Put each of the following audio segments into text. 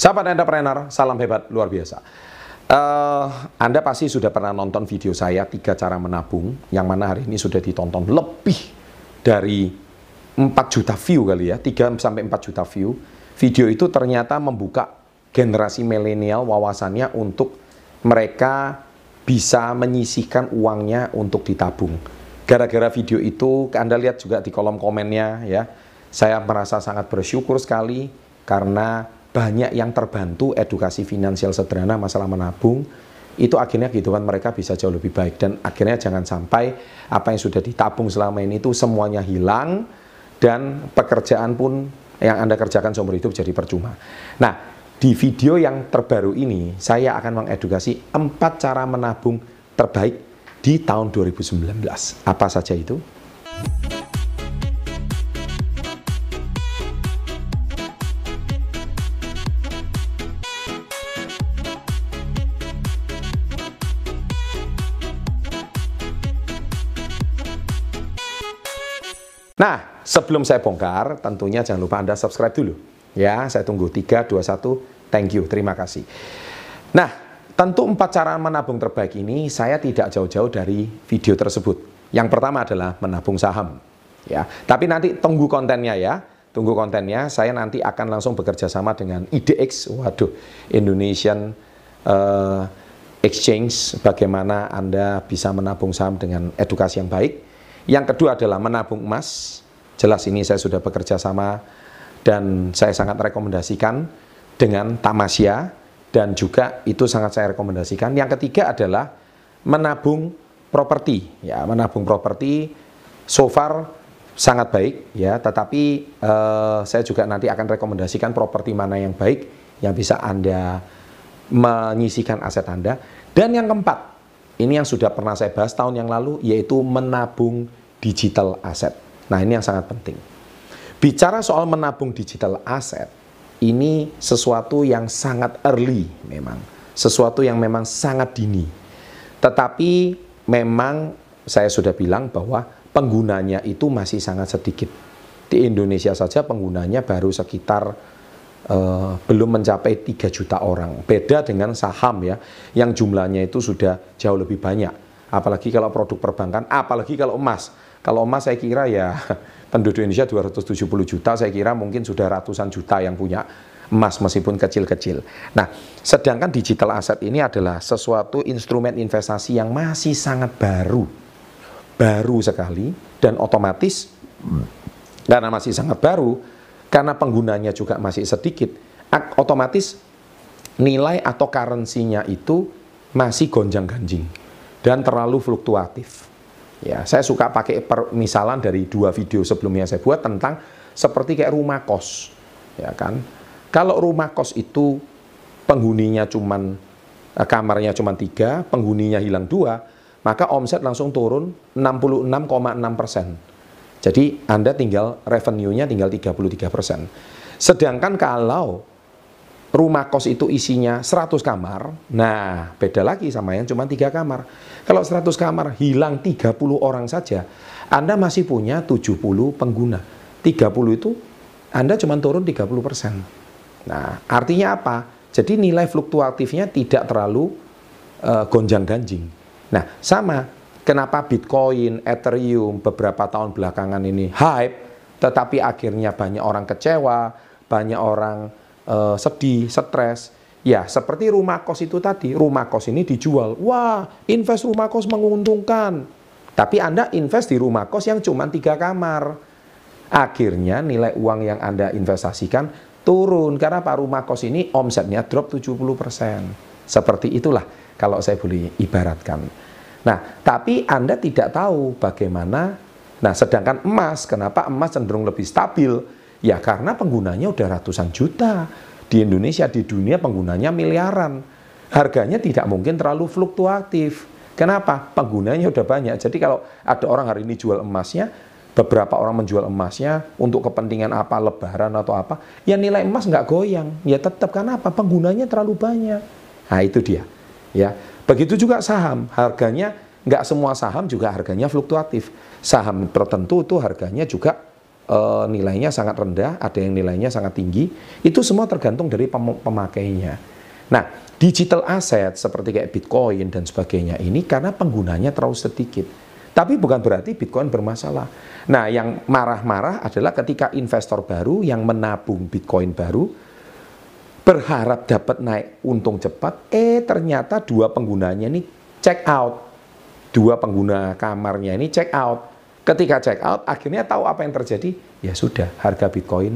Sahabat entrepreneur, salam hebat luar biasa. Anda pasti sudah pernah nonton video saya 3 cara menabung, yang mana hari ini sudah ditonton lebih dari 4 juta view kali ya, 3-4 juta view. Video itu ternyata membuka generasi milenial wawasannya untuk mereka bisa menyisihkan uangnya untuk ditabung. Gara-gara video itu, Anda lihat juga di kolom komennya ya, saya merasa sangat bersyukur sekali karena banyak yang terbantu edukasi finansial sederhana masalah menabung. Itu akhirnya kehidupan mereka bisa jauh lebih baik. Dan akhirnya jangan sampai apa yang sudah ditabung selama ini itu semuanya hilang dan pekerjaan pun yang Anda kerjakan seumur hidup jadi percuma. Nah, di video yang terbaru ini saya akan mengedukasi 4 cara menabung terbaik di tahun 2019. Apa saja itu? Nah, sebelum saya bongkar, tentunya jangan lupa Anda subscribe dulu. Ya, saya tunggu. 3, 2, 1, thank you, terima kasih. Nah, tentu 4 cara menabung terbaik ini saya tidak jauh-jauh dari video tersebut. Yang pertama adalah menabung saham. Ya, tapi nanti tunggu kontennya ya. Tunggu kontennya, saya nanti akan langsung bekerja sama dengan IDX, waduh, Indonesian Exchange, bagaimana Anda bisa menabung saham dengan edukasi yang baik. Yang kedua adalah menabung emas. Jelas ini saya sudah bekerja sama dan saya sangat rekomendasikan dengan Tamasya dan juga itu sangat saya rekomendasikan. Yang ketiga adalah menabung properti. Ya, menabung properti so far sangat baik ya, tetapi saya juga nanti akan rekomendasikan properti mana yang baik yang bisa Anda menyisihkan aset Anda. Dan yang keempat, ini yang sudah pernah saya bahas tahun yang lalu, yaitu menabung digital aset. Nah, ini yang sangat penting. Bicara soal menabung digital aset, ini sesuatu yang sangat early memang. Sesuatu yang memang sangat dini. Tetapi memang saya sudah bilang bahwa penggunanya itu masih sangat sedikit. Di Indonesia saja penggunanya baru sekitar belum mencapai 3 juta orang. Beda dengan saham ya, yang jumlahnya itu sudah jauh lebih banyak. Apalagi kalau produk perbankan, apalagi kalau emas. Kalau emas saya kira ya penduduk Indonesia 270 juta, saya kira mungkin sudah ratusan juta yang punya emas meskipun kecil-kecil. Nah, sedangkan digital asset ini adalah sesuatu instrumen investasi yang masih sangat baru. Baru sekali dan otomatis karena masih sangat baru, karena penggunanya juga masih sedikit, otomatis nilai atau currency-nya itu masih gonjang-ganjing dan terlalu fluktuatif. Ya, saya suka pakai permisalan dari 2 video sebelumnya saya buat tentang seperti kayak rumah kos, ya kan? Kalau rumah kos itu penghuninya cuman kamarnya cuma 3, penghuninya hilang 2, maka omset langsung turun 66,6%. Jadi Anda tinggal revenue-nya tinggal 33%. Sedangkan kalau rumah kos itu isinya 100 kamar, nah beda lagi sama yang cuma 3 kamar. Kalau 100 kamar hilang 30 orang saja, Anda masih punya 70 pengguna. 30 itu Anda cuma turun 30%. Nah, artinya apa? Jadi nilai fluktuatifnya tidak terlalu gonjang-ganjing. Nah, sama. Kenapa Bitcoin, Ethereum beberapa tahun belakangan ini hype, tetapi akhirnya banyak orang kecewa, banyak orang sedih, stres. Ya, seperti rumah kos itu tadi, rumah kos ini dijual. Wah, invest rumah kos menguntungkan. Tapi Anda invest di rumah kos yang cuma 3 kamar. Akhirnya nilai uang yang Anda investasikan turun. Karena Pak rumah kos ini omsetnya drop 70%. Seperti itulah kalau saya boleh ibaratkan. Nah, tapi Anda tidak tahu bagaimana. Nah, sedangkan emas, kenapa emas cenderung lebih stabil? Ya, karena penggunanya udah ratusan juta. Di Indonesia, di dunia penggunanya miliaran. Harganya tidak mungkin terlalu fluktuatif. Kenapa? Penggunanya udah banyak. Jadi kalau ada orang hari ini jual emasnya, beberapa orang menjual emasnya untuk kepentingan apa, lebaran atau apa, ya nilai emas nggak goyang. Ya tetap, karena apa? Penggunanya terlalu banyak. Nah, itu dia. Ya. Begitu juga saham, harganya nggak semua saham juga harganya fluktuatif. Saham tertentu itu harganya juga nilainya sangat rendah, ada yang nilainya sangat tinggi. Itu semua tergantung dari pemakainya. Nah, digital asset seperti kayak Bitcoin dan sebagainya ini karena penggunanya terlalu sedikit. Tapi bukan berarti Bitcoin bermasalah. Nah, yang marah-marah adalah ketika investor baru yang menabung Bitcoin baru berharap dapat naik untung cepat, ternyata dua penggunanya ini check out. Dua pengguna kamarnya ini check out. Ketika check out, akhirnya tahu apa yang terjadi? Ya sudah, harga Bitcoin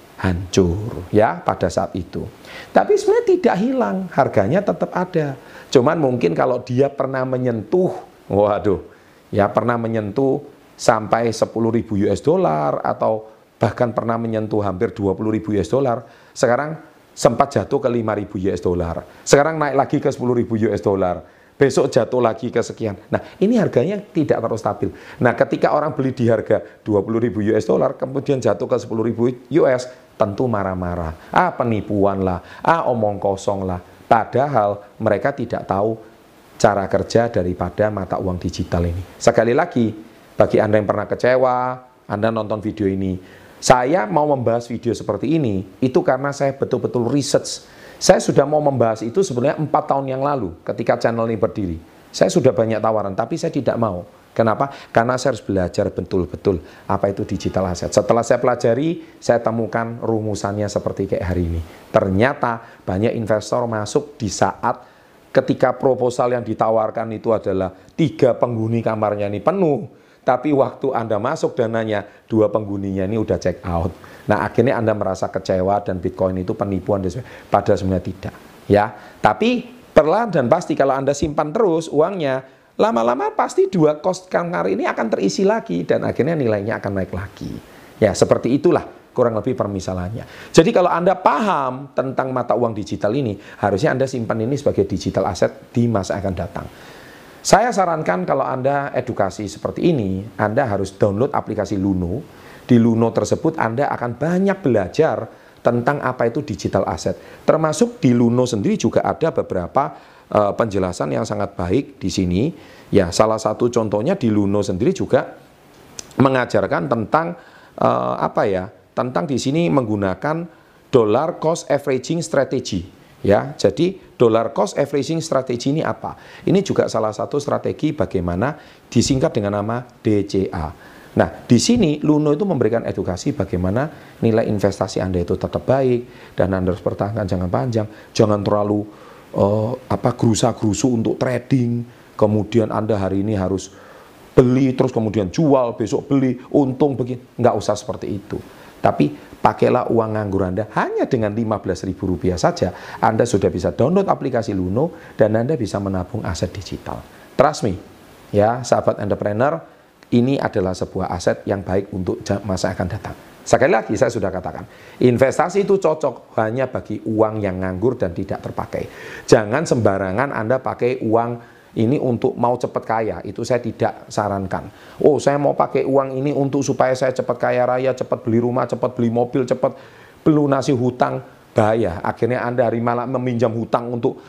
hancur ya pada saat itu. Tapi sebenarnya tidak hilang, harganya tetap ada. Cuman mungkin kalau dia pernah menyentuh, waduh, ya pernah menyentuh sampai 10.000 US dollar atau bahkan pernah menyentuh hampir 20.000 US dollar, sekarang sempat jatuh ke 5.000 US dollar. Sekarang naik lagi ke 10.000 US dollar. Besok jatuh lagi ke sekian. Nah, ini harganya tidak terus stabil. Nah, ketika orang beli di harga 20.000 US dollar, kemudian jatuh ke 10.000 US, tentu marah-marah. Penipuan lah, omong kosong lah. Padahal mereka tidak tahu cara kerja daripada mata uang digital ini. Sekali lagi, bagi Anda yang pernah kecewa, Anda nonton video ini, saya mau membahas video seperti ini, itu karena saya betul-betul research. Saya sudah mau membahas itu sebenarnya 4 tahun yang lalu ketika channel ini berdiri. Saya sudah banyak tawaran, tapi saya tidak mau. Kenapa? Karena saya harus belajar betul-betul apa itu digital asset. Setelah saya pelajari, saya temukan rumusannya seperti kayak hari ini. Ternyata banyak investor masuk di saat ketika proposal yang ditawarkan itu adalah 3 penghuni kamarnya ini penuh. Tapi waktu Anda masuk dananya, 2 penghuninya ini udah check out. Nah, akhirnya Anda merasa kecewa dan Bitcoin itu penipuan. Padahal sebenarnya tidak. Ya, tapi perlahan dan pasti kalau Anda simpan terus uangnya, lama-lama pasti 2 kos kamar ini akan terisi lagi dan akhirnya nilainya akan naik lagi. Ya, seperti itulah kurang lebih permisalannya. Jadi kalau Anda paham tentang mata uang digital ini, harusnya Anda simpan ini sebagai digital asset di masa akan datang. Saya sarankan kalau Anda edukasi seperti ini, Anda harus download aplikasi Luno. Di Luno tersebut Anda akan banyak belajar tentang apa itu digital asset. Termasuk di Luno sendiri juga ada beberapa penjelasan yang sangat baik di sini. Ya, salah satu contohnya di Luno sendiri juga mengajarkan tentang tentang di sini menggunakan dollar cost averaging strategy. Ya, jadi dollar cost averaging strategy ini apa? Ini juga salah satu strategi bagaimana disingkat dengan nama DCA. Nah, di sini Luno itu memberikan edukasi bagaimana nilai investasi Anda itu tetap baik dan Anda harus pertahankan jangka panjang, jangan terlalu gerusa-gerusu untuk trading. Kemudian Anda hari ini harus beli terus kemudian jual, besok beli, untung begini. Nggak usah seperti itu. Tapi pakailah uang nganggur Anda hanya dengan Rp15.000 saja. Anda sudah bisa download aplikasi Luno dan Anda bisa menabung aset digital. Trust me, ya sahabat entrepreneur, ini adalah sebuah aset yang baik untuk masa akan datang. Sekali lagi saya sudah katakan, investasi itu cocok hanya bagi uang yang nganggur dan tidak terpakai. Jangan sembarangan Anda pakai uang ini untuk mau cepat kaya, itu saya tidak sarankan. Oh, saya mau pakai uang ini untuk supaya saya cepat kaya raya, cepat beli rumah, cepat beli mobil, cepat melunasi hutang. Bahaya. Akhirnya Anda hari malam meminjam hutang untuk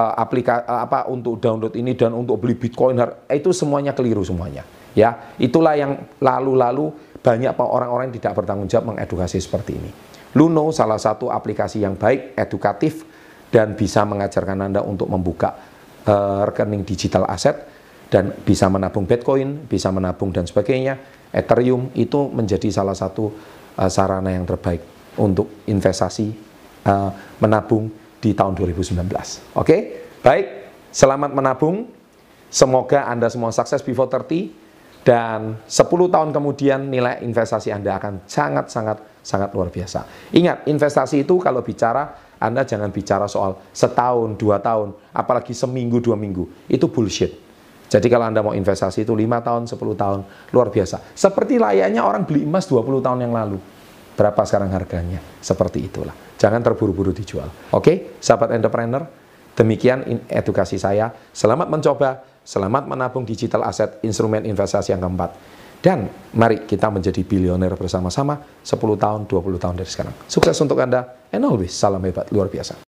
untuk download ini dan untuk beli Bitcoin. Itu semuanya keliru semuanya. Ya, itulah yang lalu-lalu banyak orang-orang yang tidak bertanggung jawab mengedukasi seperti ini. Luno salah satu aplikasi yang baik, edukatif dan bisa mengajarkan Anda untuk membuka rekening digital aset dan bisa menabung Bitcoin, bisa menabung dan sebagainya. Ethereum itu menjadi salah satu sarana yang terbaik untuk investasi menabung di tahun 2019. Oke, baik. Selamat menabung. Semoga Anda semua sukses before 30 dan 10 tahun kemudian nilai investasi Anda akan sangat luar biasa. Ingat, investasi itu kalau bicara Anda jangan bicara soal setahun, 2 tahun, apalagi seminggu, 2 minggu. Itu bullshit. Jadi kalau Anda mau investasi itu 5 tahun, 10 tahun, luar biasa. Seperti layaknya orang beli emas 20 tahun yang lalu. Berapa sekarang harganya? Seperti itulah. Jangan terburu-buru dijual. Oke, sahabat entrepreneur, demikian edukasi saya. Selamat mencoba, selamat menabung digital aset, instrumen investasi yang keempat. Dan mari kita menjadi bilioner bersama-sama 10 tahun, 20 tahun dari sekarang. Sukses untuk Anda, and always salam hebat luar biasa.